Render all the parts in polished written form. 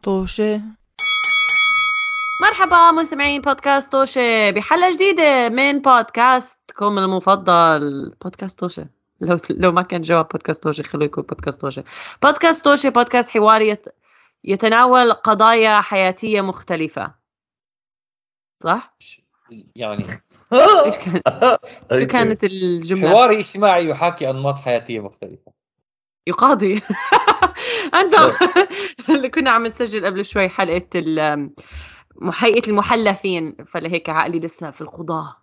طوشة. مرحبا مستمعين بودكاست توشة بحلقة جديدة من بودكاستكم المفضل بودكاست توشة. لو ما كان جواب بودكاست توشة خلوه يكون بودكاست توشة. بودكاست توشة بودكاست حواري يتناول قضايا حياتية مختلفة. صح؟ يعني إيش كان؟ شو كانت الجملة؟ حواري اجتماعي يحاكي أنماط حياتية مختلفة. يقاضي. أنت اللي كنا عم نسجل قبل شوي حلقة هيئة المحلفين، فلهيك عقلي لسه في القضاء.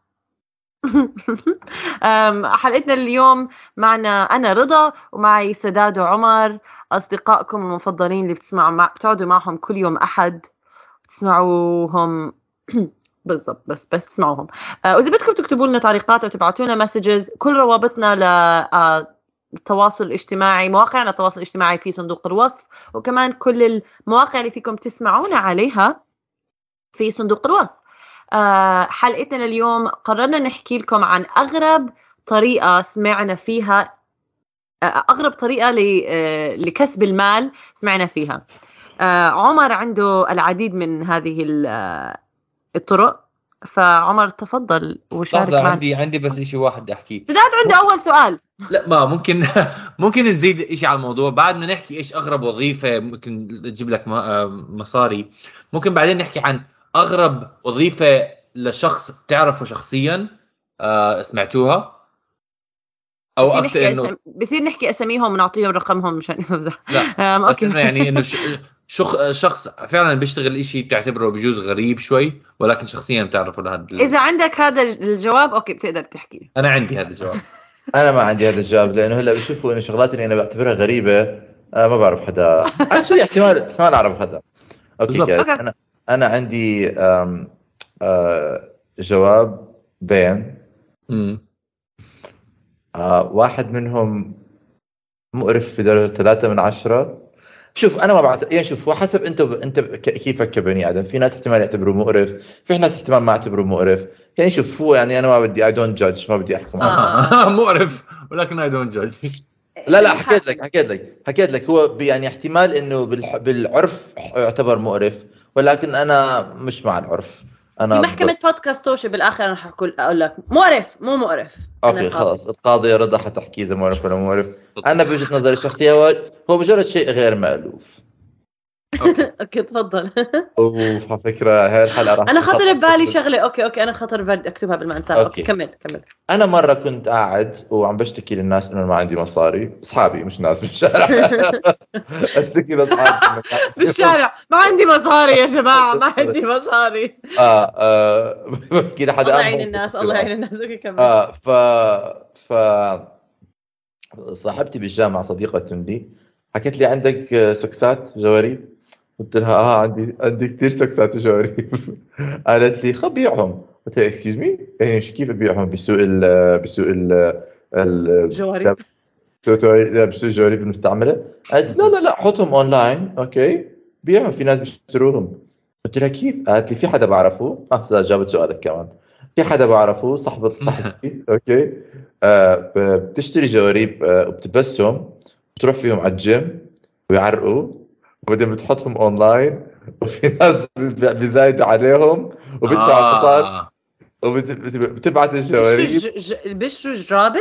حلقتنا اليوم معنا أنا رضا ومعي سداد وعمر، أصدقائكم المفضلين اللي بتقعدوا معهم كل يوم أحد تسمعوهم. بالضبط، بس تسمعوهم. وإذا بدكم تكتبوا لنا تعليقات أو تبعتوا لنا مسجز، كل روابطنا التواصل الاجتماعي، مواقعنا التواصل الاجتماعي في صندوق الوصف، وكمان كل المواقع اللي فيكم تسمعونا عليها في صندوق الوصف. حلقتنا اليوم قررنا نحكي لكم عن أغرب طريقة سمعنا فيها، أغرب طريقة لكسب المال سمعنا فيها. عمر عنده العديد من هذه الطرق، فعمر تفضل وشارك معنا. عندي بس إشي واحد أحكيه. سداد عنده أول سؤال. لا ما ممكن ممكن نزيد إشي على الموضوع بعد ما نحكي إيش أغرب وظيفة ممكن تجيب لك مصاري. ممكن بعدين نحكي عن أغرب وظيفة لشخص تعرفه شخصيا سمعتوها أو أكتر إنه بصير نحكي أساميهم ونعطيهم رقمهم مشان يفزح. لا بس إنه يعني إنه شخص فعلا بيشتغل إشي بتعتبره بجوز غريب شوي ولكن شخصيا بتعرفه لهذا إذا عندك هذا الجواب أوكي بتقدر تحكي. أنا عندي هذا الجواب. انا ما عندي هذا الجواب لانه هلا بشوفوا انه شغلات اللي انا بعتبرها غريبه. ما بعرف حدا. اكشلي احتمال اعرف حدا. اوكي جايز. انا عندي جواب بين. واحد منهم مقرف بدرجه 3 من 10. شوف انا ما بعرف يعني شوف هو حسب انت كيفك كبني ادم. في ناس احتمال يعتبروه مقرف، في ناس احتمال ما يعتبروه مقرف. يعني شوف هو يعني انا ما بدي I don't judge، ما بدي احكم مقرف ولكن I don't judge. لا حكيت لك هو يعني احتمال انه بالعرف يعتبر مقرف، ولكن انا مش مع العرف. انا في محكمة بودكاست توشي بالاخر انا اقول لك مقرف مو مقرف. اوكي خلاص القاضية رضا حتحكي اذا مقرف ولا مقرف. انا بوجهة نظري الشخصية هو مجرد شيء غير مألوف. اوكي تفضل. اوف على فكرة هاي الحلقة راح انا خطر ببالي شغلة. اوكي انا خطر ببالي اكتبها بالمنساب. اوكي كمل. انا مرة كنت قاعد وعم بشتكي للناس انه ما عندي مصاري. اصحابي مش ناس بالشارع. اشتكي لاصحابي بالشارع ما عندي مصاري يا جماعة، ما عندي مصاري. بحكي لحدا الله يعين الناس. اوكي كمل. ف صاحبتي بالجامعة صديقة لي حكت لي عندك سكسات جواريب؟ قلت لها عندي كتير سكسات وجواريب. قالت لي خبيعهم. قلت لها اكسكيوز مي يعني كيف ابيعهم بسوق الجواريب؟ بسوق الجواريب المستعملة؟ قالت لا حطهم اونلاين اوكي بيعهم، في ناس بيشتروهم. قلت لها كيف؟ قالت لي في حدا بعرفه. جاوبت سؤالك كمان. في حدا بعرفه صاحبتي اوكي بتشتري جواريب وبتلبسهم بتروح فيهم على الجيم ويعرقوا وبعدين بتحطهم اونلاين وفي ناس بيزايدوا عليهم وبيدفعوا مصاري وبتبعت الجواريب. بيشتروا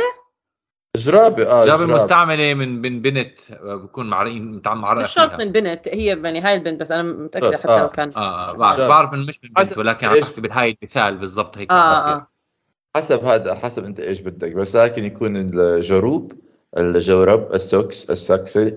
جرابة مستعملة من بنت بكون معرقة مش شرط من بنت، هي يعني هاي البنت بس انا متأكدة حتى لو كان بعرف انه مش من بنت ولكن عم بحكي بهاي المثال بالضبط هيك. حسب انت ايش بدك، بس لكن يكون الجروب الجورب السوكس السكسي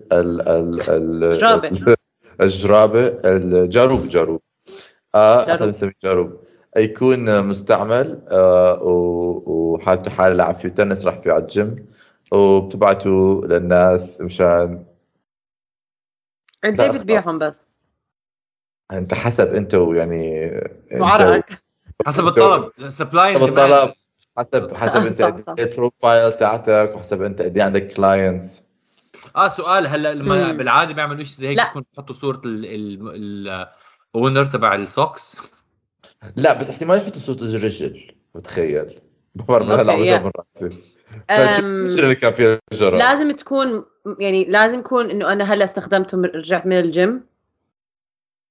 الجرابة الجاروب احنا بنسميه جاروب يكون مستعمل وحالته حالة لعب فيه تنس راح فيه على الجيم وبتبعته للناس مشان انت ليه بتبيعهم؟ بس انت حسب انت يعني معرقك حسب الطلب الطلب حسب انت البروفايل تاعتك وحسب انت قد ايه عندك كلاينتس. سؤال هلا لما بالعاده بيعملوا شيء زي هيك بيكون بحطوا صوره الاونر تبع السوكس. لا بس احتمال يحطوا صوره الرجل. بتخيل هلا عم بجرب مش اللي كان فيها جرب. لازم تكون يعني لازم يكون انه انا هلا استخدمتهم رجعت من الجيم.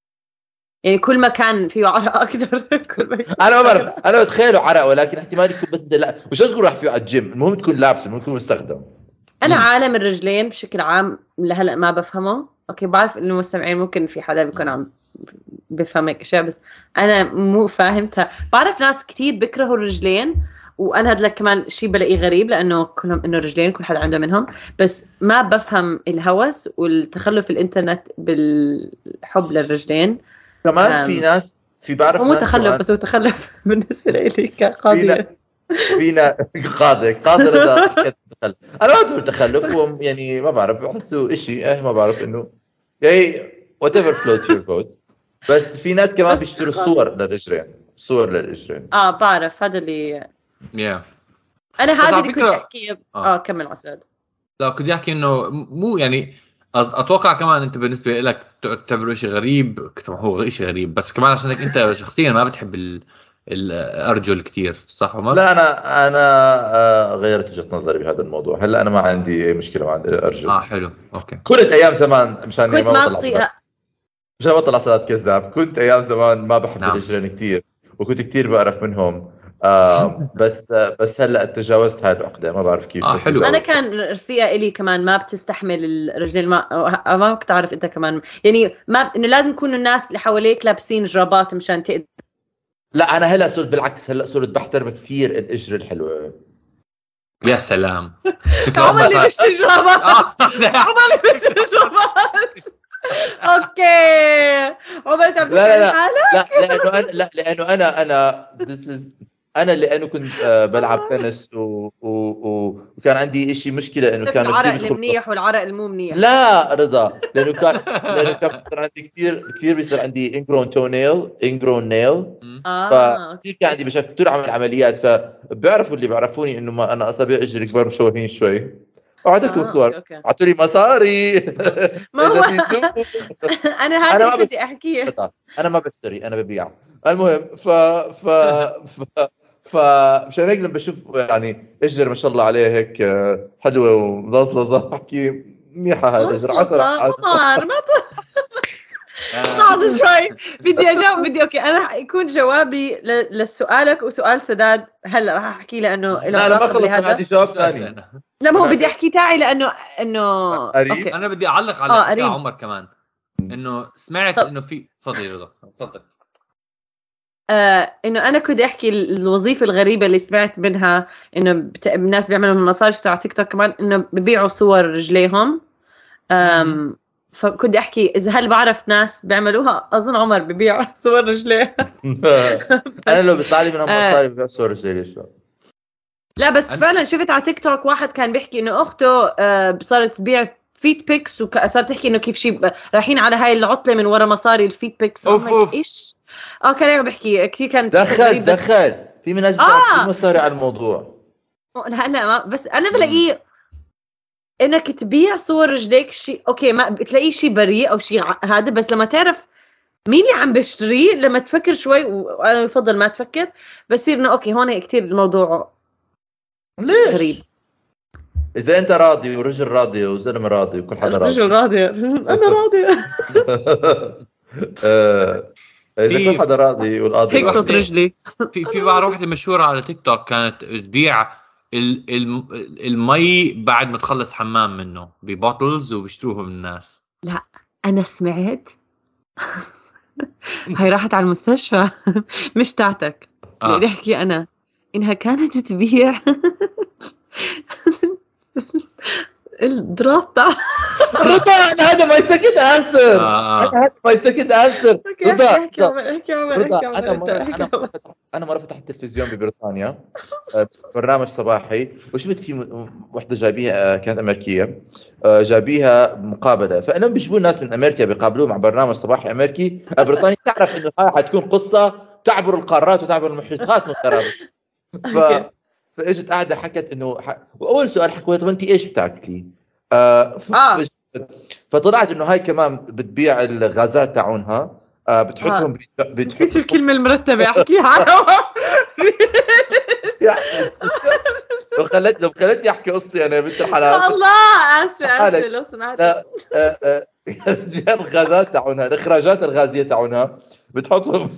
يعني كل ما كان فيه عرق اكثر كل ما انا ما بعرف، انا بتخيله عرق ولكن احتمال يكون بس انت لا مش لازم تكون راح فيه على الجيم، المهم تكون لابسه، المهم تكون مستخدم. انا عالم الرجلين بشكل عام لهلا ما بفهمه. اوكي بعرف انه المستمعين ممكن في حدا بيكون عم بفهم هيك اشياء، بس انا مو فاهمتها. بعرف ناس كتير بيكرهوا الرجلين، وانا هذا كمان شيء بلاقيه غريب لانه كلهم انه رجلين كل حدا عنده منهم، بس ما بفهم الهوس والتخلف الانترنت بالحب للرجلين. كمان في ناس، في بعرف مو ناس تخلف كمان بس هو تخلف بالنسبه لي كقاضيه. فينا قاضي رضا تخلف. انا ما بقول تخلف، هو يعني ما بعرف، بحسه شيء ما بعرف انه يعني whatever floats your boat. بس في ناس كمان بيشتروا صور للرجلين، صور للرجلين. بعرف هذا اللي انا بس هذا على اللي كنت فكرة- احكي. كمل عساد. لا كنت احكي انه مو يعني اتوقع كمان انت بالنسبه لك تعتبره شيء غريب، هو شيء غريب، بس كمان عشانك انت شخصيا ما بتحب الارجل كتير، صح عمر؟ لا انا غيرت وجهة نظري بهذا الموضوع. هلا انا ما عندي مشكله مع الارجل. حلو اوكي. كنت ايام زمان مشان كنت ما ما بطلع اطيقها. مشان ما بطلع صلاه كذاب، كنت ايام زمان ما بحب نعم. الرجلين كثير، وكنت كثير بعرف منهم. بس هلا تجاوزت هاي العقده، ما بعرف كيف. بس حلو. انا تجاوزت. كان رفيقه الي كمان ما بتستحمل الرجلين، ما كنت اعرف انت كمان يعني ما انه لازم يكونوا الناس اللي حواليك لابسين جرابات مشان تقدر. لا انا هلا صرت بالعكس، هلا صرت بحترم كثير الاجر الحلوه. يا سلام. عمر اللي بيشتري جرابات. عمر اللي بيشتري جرابات. اوكي عمر انت عم تحكي عن حالك؟ لانه انا this is انا لانه كنت بلعب تنس وكان عندي شيء مشكله انه كان العرق كثير المنيح والعرق المو منيح. لا رضا، لانه كان بيصير عندي كثير بيصير عندي انجرون نيل فكثير كان عندي مشاكل، كثير عمل عمليات، فبيعرفوا اللي بيعرفوني انه انا اصابع اجري كبار مشوهين شوي. وعدتكم صور اعطوا لي مصاري. انا هذا اللي بدي احكيه. انا ما بشتري، انا ببيع. المهم مشان هيك لما بشوف يعني اجر ما شاء الله عليه هيك حلوه وملظلظه، بحكي منيحه هاي الاجر 10 لحظة شوي بدي أجاوب. بدي أوكي أنا يكون جوابي لسؤالك وسؤال سداد هلا راح أحكي لأنه لا ما خلص، أنا عندي جواب ثاني. لا ما هو بدي أحكي تاعي لأنه أوكي. أنا بدي أعلق على عمر كمان إنه سمعت إنه في تفضل رضا تفضل. إنه أنا كنت أحكي الوظيفة الغريبة اللي سمعت منها إنه الناس بيعملوا من المساج تاع تيك توك كمان إنه ببيعوا صور رجليهم. فكنت أحكي إذا هل بعرف ناس بيعملوها. أظن عمر ببيع صور رجليه. أنا لو بيطلع لي منهم مصاري ببيع صور رجليه شو. لا بس فعلا شفت على تيك توك واحد كان بيحكي إنه أخته صارت تبيع فيت بيكس، وصارت تحكي إنه كيف شيء رايحين على هاي العطلة من ورا مصاري الفيت بيكس. إيش كان يوم بحكي كثير كان دخل في من ناس بتعرف كثير مصاري على الموضوع. لا بس أنا بلاقيه انك تبيع صور رجليك شيء اوكي، ما بتلاقي شيء بريء او شيء هذا، بس لما تعرف مين اللي عم بيشتريه لما تفكر شوي، وانا يفضل ما تفكر، بصير انه اوكي هون كتير الموضوع ليش غريب. اذا انت راضي ورجل راضي وزلمه راضي وكل حدا راضي، رجل راضي انا راضي. اذا كل حدا راضي والقاضي هيك صوت رجلي. في بعض وحده مشهوره على تيك توك كانت تبيع المي بعد ما تخلص حمام منه ببوتلز وبيشتروهم الناس. لا انا سمعت هاي راحت على المستشفى مش تاعتك اللي احكي انا انها كانت تبيع الدراطة. رضا هذا ما يسكت انسر. هذا ما يسكت انسر. رضا انا مرة فتحت التلفزيون ببريطانيا برنامج صباحي، وشفت في وحده جايبيها كانت امريكيه، جايبيها مقابله، فانا بيجيبوا الناس من امريكا بيقابلوه مع برنامج صباحي امريكي بريطاني، تعرف انه هاي حتكون قصه تعبر القارات وتعبر المحيطات من قرابه. فاجت قاعده حكت انه واول سؤال حكوها طب انت ايش بتاكلي؟ فطلعت انه هاي كمان بتبيع الغازات تاعونها، بتحطهم بتحط الكلمه المرتبه احكيها. لو خلتني احكي قصتي انا بنت الحلال. الله اسف لو سمحت. الغازات تاعونها، الاخراجات الغازيه تاعونها بتحطهم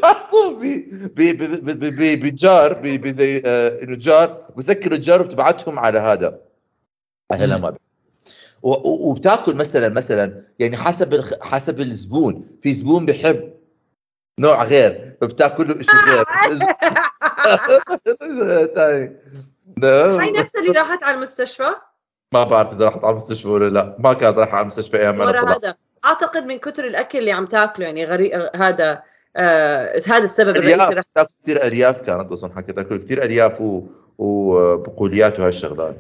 بجار، بزي انه جار، بسكر الجار وبتبعتهم على هذا على ما وبتاكل مثلا يعني حسب الزبون. في زبون بيحب نوع غير فبتاكل له شيء غير. هاي نفس اللي راحت على المستشفى. ما بعرف اذا راحت على المستشفى ولا لا، ما كانت رايحه على المستشفى ايام ما انا ورا طلعت. هذا اعتقد من كتر الاكل اللي عم تاكله يعني غريب هذا. هذا السبب الرئيسي. راح تاكل كثير ارياف، كانت اصلا حكيت تاكل كثير ارياف وبقوليات وهالشغلات.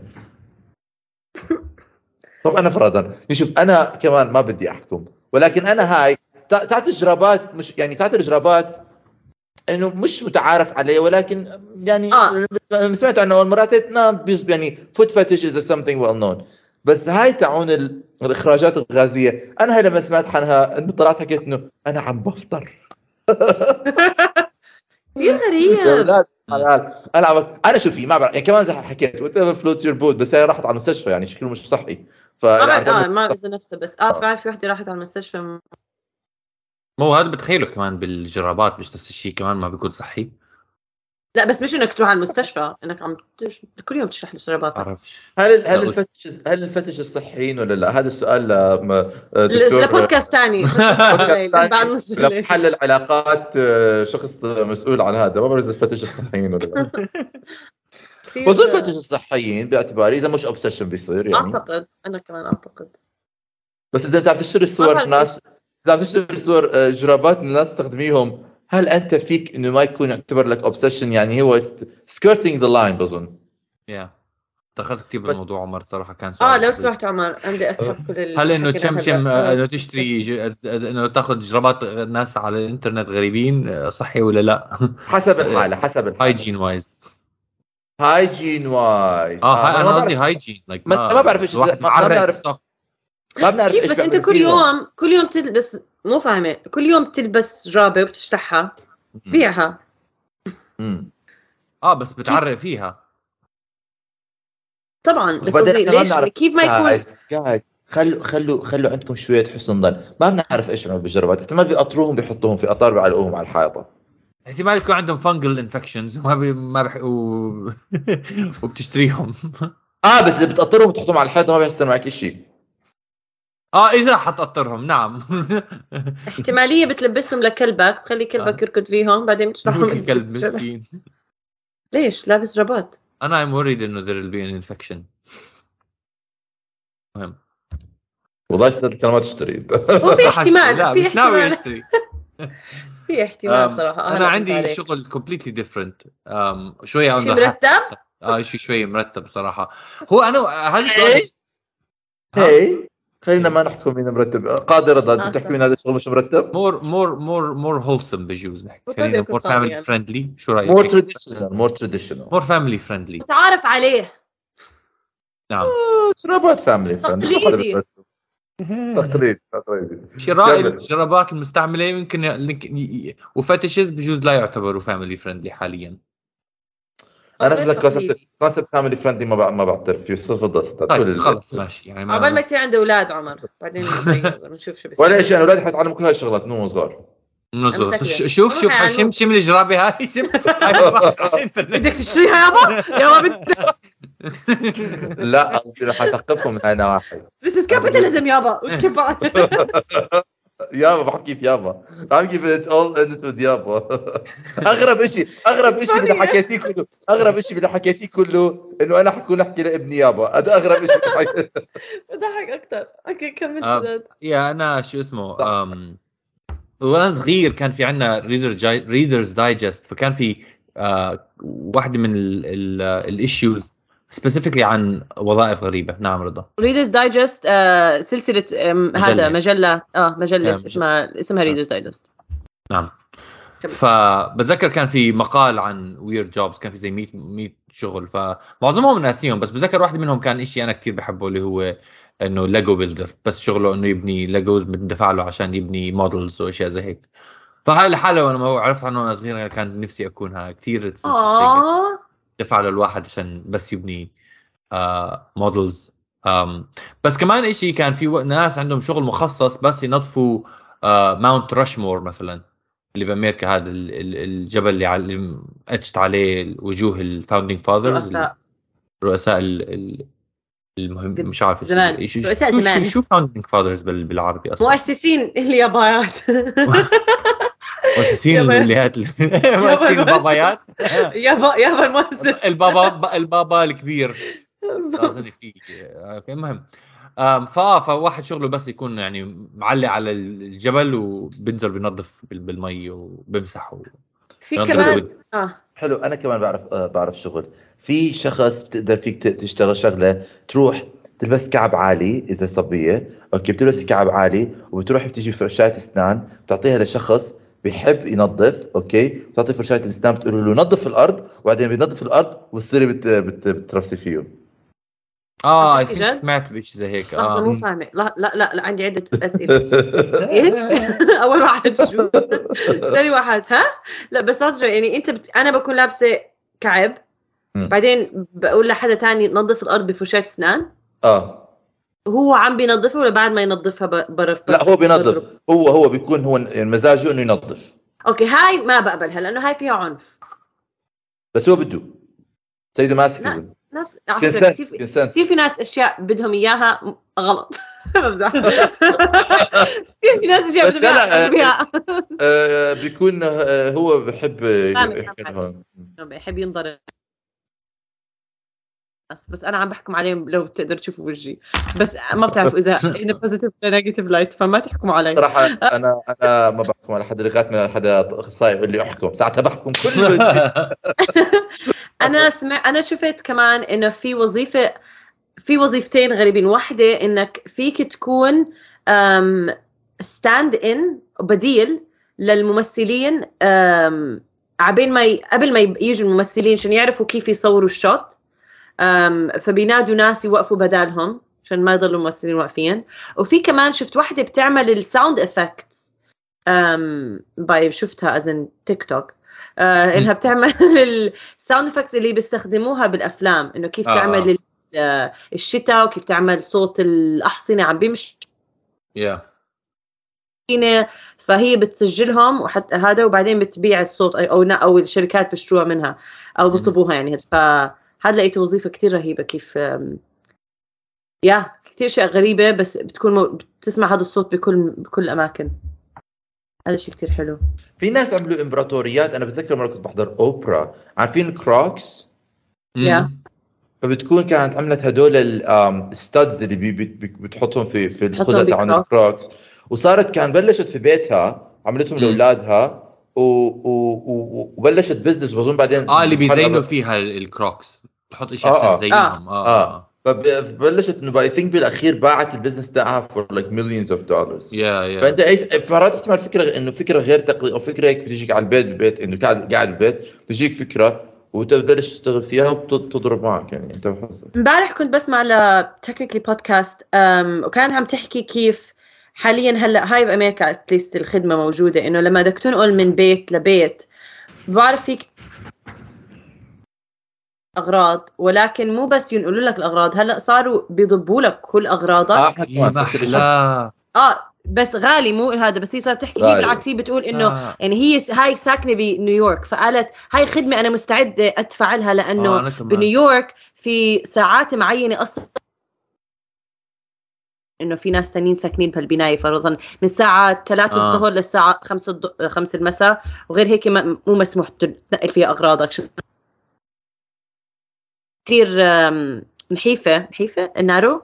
طب انا فرضا شوف، انا كمان ما بدي احكم، ولكن انا هاي تعطي اجرابات، مش يعني تعطي اجرابات انه مش متعارف عليه، ولكن يعني سمعت انه المرات ما يعني فوت فتش از something well known. بس هاي تعون الاخراجات الغازيه، انا هاي لما سمعت عنها انه طلعت حكيت انه انا عم بفطر. كثير غريب يا اولاد حلال. انا شوفي ما بعرف يعني، كمان زي حكيت وات ايفر فلوتس يور بوت، بس هي راحت على المستشفى يعني شكله مش صحي. ما اذا نفسه بس في وحده راحت على المستشفى. مو هذا بتخيله كمان بالجرابات مش نفس الشيء، كمان ما بيكون صحي. لا بس مش انك تروح على المستشفى، انك عم كل يوم تشرح له شرباتك. بعرفش هل الفتش الصحيين ولا لا؟ هذا السؤال دكتور بودكاست ثاني بعد نص الليل. محل العلاقات، شخص مسؤول عن هذا. ما بعرف اذا الفتش الصحيين ولا لا. وظل الفتش الصحيين باعتباري اذا مش اوبسيشن بيصير يعني. اعتقد انا كمان اعتقد. بس اذا انت عم تشتري صور ناس، اذا عم تشتري صور جرابات من الناس تستخدميهم، هل انت فيك انه ما يكون يعتبر لك اوبسيشن؟ يعني هو سكيرتينج ذا لاين بظن. دخلت كثير بالموضوع عمر صراحه. كان سؤال لو سمحت عمر عندي اسحب كل هل انه تشمشم انه تشتري انه تاخذ جرابات ناس على الانترنت غريبين صحي ولا لا؟ حسب الحاله، حسب الحاله. هايجين وايز انا قصدي هايجين ما بعرف ايش، ما بنعرف كيف. بس انت كل يوم تلبس، مو فاهمه، كل يوم تلبس جرابه وبتشتحها بيعها. بس بتعرق فيها طبعا. بس ليش كيف ما يكون؟ خلوا عندكم شويه حسن ظن. ما بنعرف ايش عملوا بالجرابات. احتمال بيقطروهم بيحطوهم في قطار بيعلقوهم على الحائط. احتمال يكون عندهم فانجل انفكشنز وبتشتريهم. بس اذا بتقطرهم وتحطهم على الحيط ما بيحصل معك شيء. اذا حتقطرهم نعم. احتماليه بتلبسهم لكلبك وخلي كلبك يركض فيهم بعدين بتشرحهم. الكلب مسكين ليش لابس جرابات؟ انا I'm worried انه there will be an infection. مهم والله تصير كلمات تشتري. وفي احتمال في احتمال يشتري. في احتمال صراحه. انا عندي شغل completely different. شويه شيء مرتب. شويه مرتب صراحه. هو انا هذا السؤال خلينا ما نحكم مين مرتب. قادر رضا انت بتحكي من هذا الشغل مش مرتب. more wholesome بجوز نحكي. خلينا more family friendly. شو رايك؟ more traditional more family friendly. تعرف عليه. نعم. جرابات family friendly تقليدي. شراء الجرابات المستعمله يمكن وفتشز بجوز لا يعتبروا family friendly حاليا. انا اذا كونسبت فاميلي فريندلي ما بعترف فيه. طيب خلص ماشي يعني عقبال ما يصير عنده اولاد عمر بعدين نشوف شو بيصير. ولا شيء، اولاد حيتعلموا كل هاي الشغلات مو صغار. شوف شم الجرابه هاي. بدك تشتريها يابا لا قصدي رح اتقفهم من هاي النواحي. This is capitalism يابا. يابا بحكي في يابا بحكي في it's all ended with يابا. اغرب شيء اللي حكيتيه كله انه انا حكون احكي لابني يابا. هذا اغرب شيء. بضحك اكثر. اوكي كمل سداد. انا شو اسمه وانا صغير كان في عنا ريدرز دايجست. فكان في واحده من الايشوز سبيسيفيكلي عن وظائف غريبة. نعم رضا. ريدرز دايجست سلسلة هذا مجلة اسمها ريدرز دايجست. نعم. فبتذكر كان في مقال عن ويرد جوبز. كان في زي 100 شغل فمعظمهم ناسيهم. بس بتذكر واحد منهم كان إشي أنا كتير بحبه اللي هو إنه ليجو بيلدر. بس شغله إنه يبني ليجوز بندفع له عشان يبني مودلز وأشياء زي هيك. فهاي الحالة وأنا ما عرفت عنه وأنا صغير كان نفسي أكونها كتير. دفع له الواحد عشان بس يبني مودلز بس كمان إشي كان في ناس عندهم شغل مخصص بس ينظفوا ماونت راشمور مثلا اللي بأمريكا، هذا الجبل اللي أجت عليه وجوه الفاوندينج فاذرز، رؤساء المهم، مش عارف زمان. رؤساء زمان. شو فاوندينج فاذرز بالعربي اصلا؟ مؤسسين اليابايات. مؤسسين الولايات. مؤسسين البابايات. يابا المؤسس. البابا الكبير اظن في. المهم فواحد شغله بس يكون يعني معلق على الجبل وبنزل بينظف بالمي وبمسح في كمان حلو. انا كمان بعرف شغل. في شخص بتقدر فيك تشتغل شغله، تروح تلبس كعب عالي اذا صبيه، اوكي، بتلبس كعب عالي وبتروح بتيجي فرشاة اسنان بتعطيها لشخص بيحب ينظف، اوكي، بتعطي فرشاة الاسنان بتقول له نظف الارض، وبعدين بينظف الارض وتصيري بترفسي فيه. سمعت بشيء زي هيك. لحظة مو فاهمة. لا عندي عدة أسئلة. إيش؟ أول واحد شو؟ ثاني واحد لا بس أرجع يعني أنا بكون لابسة كعب، بعدين بقول لحدا تاني نظف الأرض بفرشاة أسنان. هو عم بينظفها ولا بعد ما ينظفها برف؟ لا هو بينظف. هو بيكون هو مزاجه إنه ينظف. أوكي، هاي ما بقبلها لأنه هاي فيها عنف. بس هو بده سيده ماسك. ناس كثير في ناس اشياء بدهم اياها غلط. بمزح. كثير في ناس اشياء بدهم اياها بيكون هو بحب ينضرب. بس انا عم بحكم عليهم، لو بتقدر تشوفوا وجهي بس ما بتعرفوا اذا إنه بوزيتيف ولا نيجاتيف لايت، فما تحكموا علي صراحه. انا ما بحكم على حدا لغايه ما حدا اخصائي يقول لي احكم، ساعتها بحكم كل. انا شفت كمان انه في وظيفتين غريبين. واحدة انك فيك تكون ستاند ان بديل للممثلين قبل ما يجوا الممثلين عشان يعرفوا كيف يصوروا الشوت، فبينادوا ناس يوقفوا بدالهم عشان ما يضلوا الممثلين واقفين. وفي كمان شفت واحدة بتعمل الساوند افكتس، شفتها ازن تيك توك، انها بتعمل الساوند افكتس اللي بيستخدموها بالافلام، انه كيف تعمل الشتاء وكيف تعمل صوت الاحصنه عم بيمشي. فهي بتسجلهم وحتى هذا، وبعدين بتبيع الصوت او الشركات بيشتروها منها او بيطلبوها يعني. فهذا لقيت وظيفه كتير رهيبه، كيف كتير شيء غريبه، بس بتكون بتسمع هذا الصوت بكل الاماكن. هذا شيء كتير حلو. في ناس عملوا امبراطوريات. انا بتذكر مره كنت بحضر اوبرا، عارفين كروكس؟ فبتكون كانت عملت هدول الستادز اللي بتحطهم في الخزق تاعون الكروكس، وصارت كان بلشت في بيتها عملتهم لاولادها وبلشت بزنس. بظن بعدين اللي بيزينوا فيها الكروكس تحط شيء احسن زيهم. فبلشت انه باي ثينك بالاخير باعت البزنس تاعها for like millions of dollars. فانت مرات تحمل فكره انه فكره غير تقليديه او فكره هيك بتجيك على البيت انه قاعد البيت بتجيك فكره وتبلش تشتغل فيها وبتضرب معك يعني. انت امبارح كنت بسمع على تكنيكلي بودكاست وكان عم تحكي كيف حاليا هلا هاي بامريكا اتليست الخدمه موجوده، انه لما بدك تنقل من بيت لبيت بعرف فيك اغراض، ولكن مو بس ينقلوا لك الاغراض، هلا صاروا بيضبوا لك كل اغراضك. بس غالي مو هذا. بس هي صارت تحكي هي بالعكس، هي بتقول انه يعني هي هاي ساكنه بنيويورك، فقالت هاي خدمه انا مستعده ادفع لها لانه بنيويورك في ساعات معينه اصلا انه في ناس ثانيين ساكنين بهالبنايه، فرضا من الساعه 3 الظهر للساعه 5 المساء، وغير هيك مو مسموح تنقل فيها اغراضك. كثير نحيفه النارو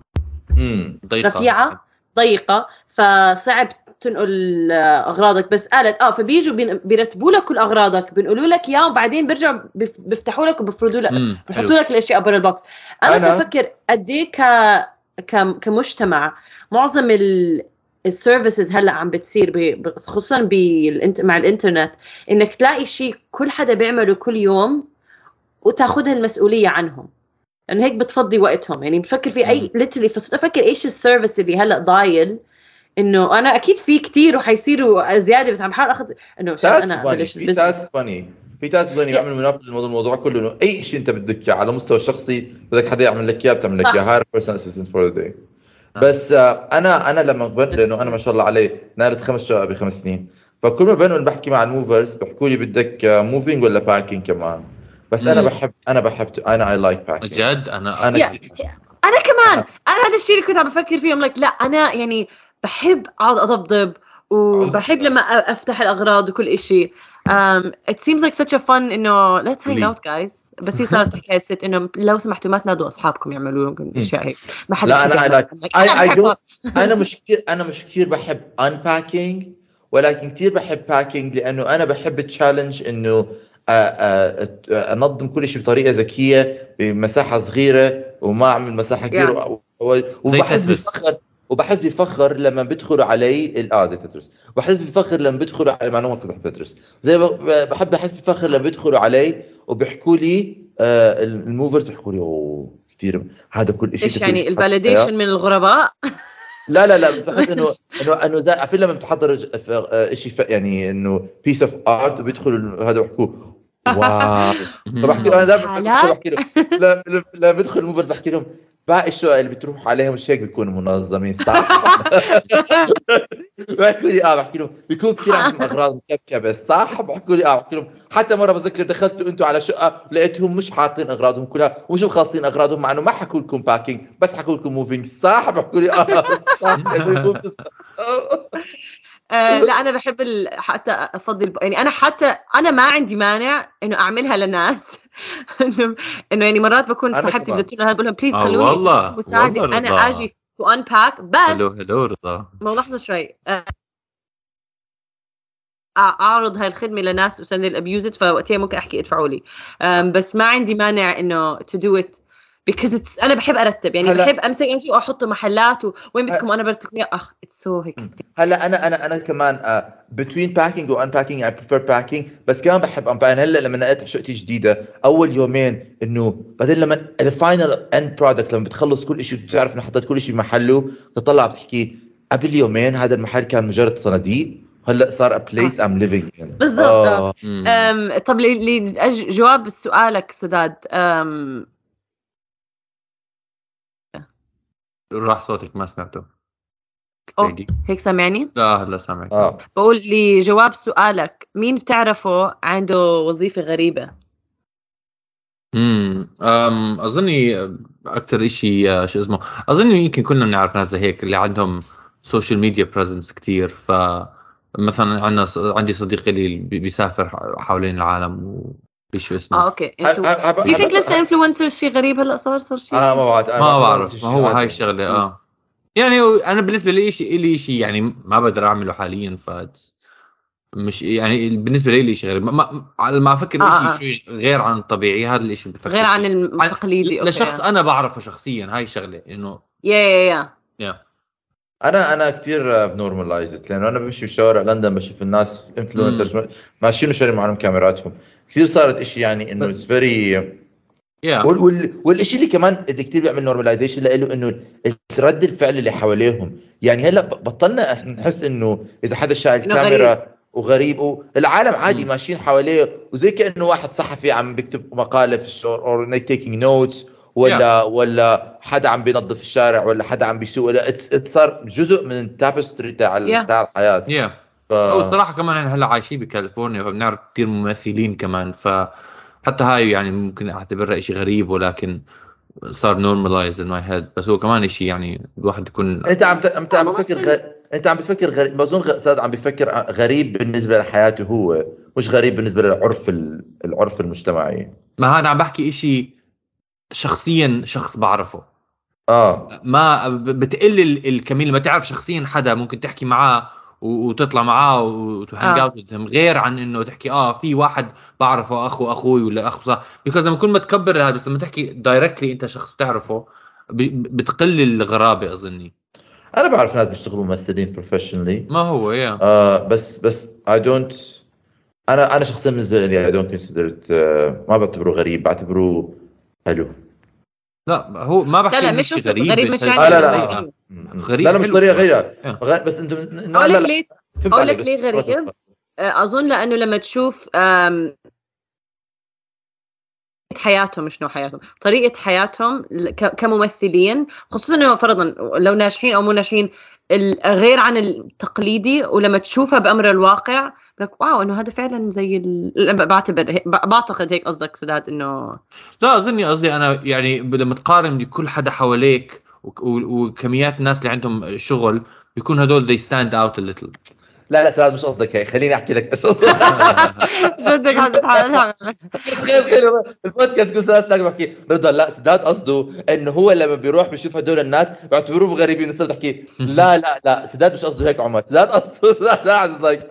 رفيعه ضيقه، فصعب تنقل اغراضك. بس قالت فبيجوا بيرتبوا لك كل اغراضك، بينقلوا لك اياه، وبعدين بيرجعوا بيفتحوا لك وبفردوا لك بحطوا لك الاشياء برا البوكس. انا بفكر قد ايه كمجتمع معظم السيرفيسز هلا عم بتصير خصوصا مع الانترنت، انك تلاقي شيء كل حدا بيعمله كل يوم وتاخذها المسؤوليه عنهم، لانه هيك بتفضي وقتهم. يعني بفكر في اي ليترلي، فصرت افكر ايش السيرفيس اللي هلا ضايل، انه انا اكيد في كتير وحيصيروا زياده، بس عم بحاول اخذ انه انا بلش البزنس. تاسك فاني في ناس بدهم يعملوا منافذ الموضوع كله انه اي شيء انت بدك اياه على مستوى الشخصي بدك حدا يعمل لك اياه بتعمل لك اياه هاير بيرسونال اسيستنت فور ذا داي. بس انا لما لانه انا ما شاء الله علي نالت 5 شقق ب5 سنين، فكل ما بنقول بحكي مع الموفرز بيحكوا لي بدك موفينج ولا باكينج كمان. بس انا بحب انا اي لايك باكينج جد انا كمان انا هذا الشيء اللي كنت عم بفكر فيه. لا انا يعني بحب اقعد اضبضب وبحب لما افتح الاغراض وكل إشي. it seems like such a fun انه let's hang out guys. بس هي صارت تحكي الست انه لو سمحتوا ما تنادوا اصحابكم يعملوا الاشياء هيك. ما حدا لا انا مش كثير بحب unpacking، ولكن كثير بحب باكينج لانه انا بحب التشالنج انه انظم كل شيء بطريقه ذكيه بمساحه صغيره وما اعمل مساحه كبيره وبحس بفخر لما بيدخلوا علي زي تترس. بحس بفخر لما بيدخلوا على معلومات كنت تترس زي بحب احس بفخر لما بيدخلوا علي وبيحكوا لي الموفرز بيحكوا لي كثير هذا كل شيء. ايش يعني الفاليديشن من الغرباء؟ لا بس بحس انه زي عارفين لما بتحضر شيء يعني انه بيس اوف ارت وبيدخلوا هذا بيحكوا واو. فبحكي انا دائما بحكي لهم لا بدخل الموفرز بحكي لهم باقي الشقق اللي بتروح عليهم مش هيك بيكونوا منظمين صح؟ بحكوا لي بحكي لهم بيكون كثير عندهم اغراض مكبكبه صح؟ بحكوا لي بحكي لهم حتى مره بذكر دخلتوا انتوا على شقه لقيتهم مش حاطين اغراضهم كلها ومش مخلصين اغراضهم مع انه ما حكوا لكم باكينج بس حكوا لكم موفينج صح؟ بحكوا لي صح. لا انا بحب حتى افضل يعني انا ما عندي مانع انه اعملها للناس. انه يعني مرات بكون صاحبتي بدها تقول بقول لهم بليز خلوني اذا مساعده انا اجي تو انباك. بس هلو رضا ما لحظه شوي اعرض هاي الخدمه لناس وسند الابيوزد فوقتها ممكن احكي ادفعوا لي. بس ما عندي مانع انه تو دو ات because انا بحب ارتب يعني بحب امسك شيء واحطه محلات وين بدكم انا برتب اتس سو هيك. هلا انا كمان between packing و unpacking I prefer packing بس كمان بحب unpacking. هلا لما نقلت شقتي جديده اول يومين انه بعدين لما the final end product لما بتخلص كل شيء بتعرف انه حطيت كل شيء بمحله تطلع بتحكي قبل يومين هذا المحل كان مجرد صناديق هلا صار a place I'm living in. بالضبط. طب جواب سؤالك سداد راح صوتك ما سمعته. هيك سامعني؟ لا هلا سامعك. بقول لي جواب سؤالك مين بتعرفه عنده وظيفة غريبة؟ أظني أكتر إشي شو اسمه أظني يمكن كلنا بنعرف ناس زي هيك اللي عندهم سوشيال ميديا بريزنس كتير. فمثلا عندي صديقي اللي بيسافر حوالين العالم وبشو اسمه اوكي do you think لسه انفلونسر شيء غريب هلا صار شيء ما بعرف ما هو هاي الشغله يعني انا بالنسبه لي شيء يعني ما بقدر اعمله حاليا مش يعني بالنسبه لي شيء غريب ما افكر شيء شوي غير عن الطبيعي. هذا الشيء بفكر غير عن التقليدي لشخص انا بعرفه شخصيا هاي الشغله انه يا انا كثير بنورمالايزت لانه انا بمشي بشوارع لندن بشوف الناس انفلونسرز ماشيين وشارين معهم كاميراتهم كثير صارت اشي يعني انه اتس فيري والشيء اللي كمان اللي كثير بيعمل نورماليزيشن له انه رد الفعل اللي حواليهم. يعني هلا بطلنا نحس انه اذا حدا شايل كاميرا وغريب والعالم عادي ماشيين حواليه وزي كانه واحد صحفي عم بيكتب مقاله في الشور او تيكينج نوتس ولا حدا عم بينظف الشارع ولا حدا عم بيسوق ولا صار جزء من التابستري تاع الحياه. هو الصراحه كمان يعني هلا عايشين بكاليفورنيا فبنعرف كثير ممثلين كمان فحتى هاي يعني ممكن اعتبرها شيء غريب ولكن صار نورمالايز ان ماي هيد. بس هو كمان شيء يعني الواحد يكون انت عم تفكر انت عم بتفكر غريب. بظن سعد عم بيفكر غريب بالنسبه لحياته هو مش غريب بالنسبه للعرف المجتمعي. ما انا عم بحكي شيء شخصيا شخص بعرفه ما بتقل الكميل ما تعرف شخصيا حدا ممكن تحكي معاه وتطلع معاه وتهانج اوت غير عن انه تحكي في واحد بعرفه اخوي ولا اخو صح بيكوز لما تكون متكبر هذا بس لما تحكي دايركتلي انت شخص بتعرفه بتقل الغرابه. اظني انا بعرف ناس بيشتغلوا ممثلين بروفيشنالي ما هو بس I don't انا شخصيا بالنسبه لي I don't consider it ما بعتبره غريب بعتبره حلو. لا هو ما بحكي لا مش غريب مش يعني غريب لا مش طريقه غير بس انتم اقول لك ليه غريب. اظن لانه لما تشوف حياتهم، مش نوع حياتهم، طريقة حياتهم كممثلين، خصوصا انه فرضا لو ناجحين او مو ناجحين غير عن التقليدي، ولما تشوفها بأمر الواقع لك واو انه هذا فعلا زي بعتقد هيك قصدك سداد انه لا أظني قصدي أنا يعني لما تقارن بكل حدا حواليك وكميات الناس اللي عندهم شغل بيكون هدول they stand out a little. لا سعاد مش قصدك هيك، خليني احكي لك ايش قصدي. جدك حتتحمل. تخيل البودكاست كل سنه تلاقي بحكي رضا لا سداد قصده انه هو لما بيروح بيشوف هدول الناس بيعتبروه غريبين، الناس بتحكي لا سداد مش قصده هيك عمر، سداد قصده سداد لايك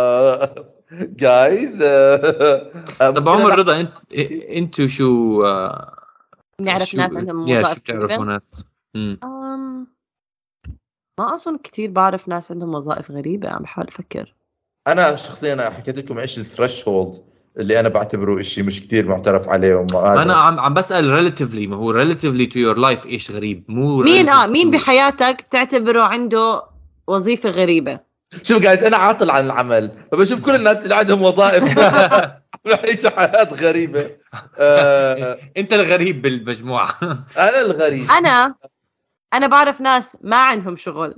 جايز. طب عمر رضا انتوا شو نعرف ناس عندهم وظائف شو بتعرفوا ناس؟ ما أظن كتير بعرف ناس عندهم وظائف غريبة، عم بحاول أفكر. أنا شخصيا حكيت لكم إيش الثريشولد اللي أنا بعتبره إشي مش كتير معترف عليه وما أنا عم بسأل relatively، ما هو relatively to your life إيش غريب، مو مين بحياتك بتعتبره عنده وظيفة غريبة؟ شوف جايز أنا عاطل عن العمل فبشوف كل الناس اللي عندهم وظائف بعيشوا حياة غريبة. أنت الغريب بالمجموعة. أنا الغريب. أنا بعرف ناس ما عندهم شغل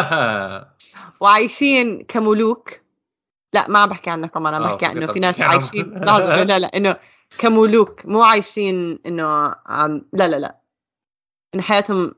وعايشين كملوك. لا ما عم بحكي عنك عمر، عم بحكي عنه في ناس عايشين لحظة لا إنه كملوك، مو عايشين إنه لا إنه حياتهم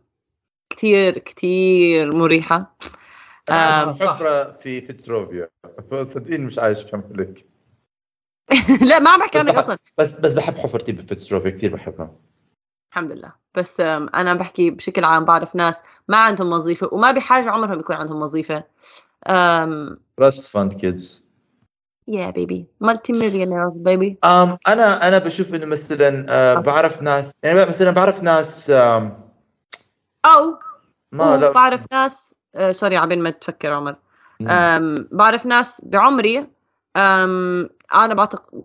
كتير مريحة. حفرة في تروفيا صدقين مش عايش كملك. لا ما عم بحكي عنك أصلا، بس بحب حفرتي بفتروفيا كتير بحبها الحمد لله. بس أنا بحكي بشكل عام بعرف ناس ما عندهم وظيفة وما بحاجة عمرهم يكون عندهم وظيفة. Trust fund kids. Yeah baby, multi-millionaires baby. أنا بشوف إنه مثلا بعرف ناس، يعني مثلا بعرف ناس لا بعرف ناس سوري عبين ما تفكر عمر. بعرف ناس بعمري أنا بعتقد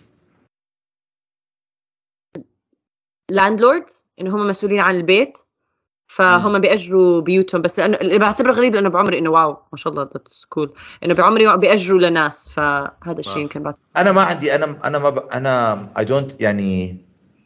لاندلوردز إنه هم مسؤولين عن البيت، فهم بيأجروا بيوتهم. بس لأنه اللي بعتبره غريب لأنه بعمري إنه واو ما شاء الله that's cool إنه بعمري بيأجروا لناس، فهذا الشيء يمكن بعتقد. أنا ما عندي أنا I don't يعني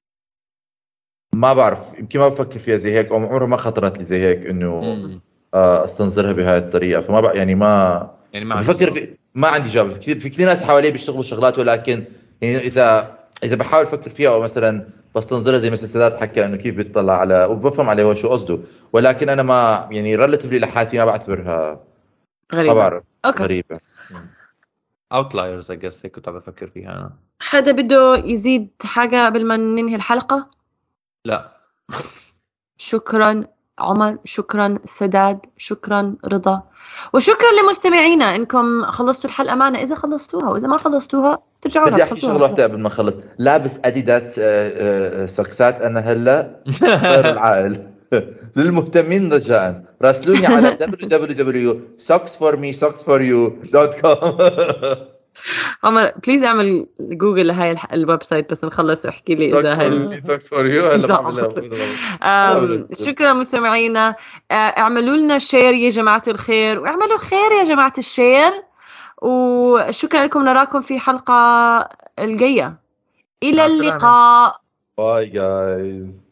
ما بعرف، يمكن ما بفكر فيها زي هيك أو عمرها ما خطرت لي زي هيك إنه استنظرها بهاي الطريقة، فما يعني ما بفكر ما عندي جواب. في كثير ناس حواليه بيشتغلوا شغلات، ولكن يعني إذا بحاول أفكر فيها أو مثلا بستنظرها زي مثل سداد حكى إنه كيف بيطلع على وبفهم عليه هو شو قصده، ولكن أنا ما يعني ريلاتيفلي لحياتي ما بعتبرها غريبة. ما بعرف غريبة outliers I guess هيك كنت عم بفكر فيها أنا. حدا بده يزيد حاجة قبل ما ننهي الحلقة؟ لا شكرا عمر، شكرا سداد، شكرا رضا، وشكرا لمستمعينا انكم خلصتوا الحلقة معنا. اذا خلصتوها واذا ما خلصتوها ترجعوا لها. بدي احكي شغله واحده قبل ما نخلص. لابس اديداس سوكسات انا هلا غير العائل. للمهتمين رجاء راسلوني على www.socksforme.com. عمر بليز اعمل جوجل لهاي الويب سايت بس نخلص واحكي لي اذا هاي socks for you شكرا مستمعينا. اعملوا لنا شير يا جماعة الخير، واعملوا خير يا جماعة الشير، وشكرا لكم. نراكم في حلقة الجاية. إلى اللقاء. Bye guys.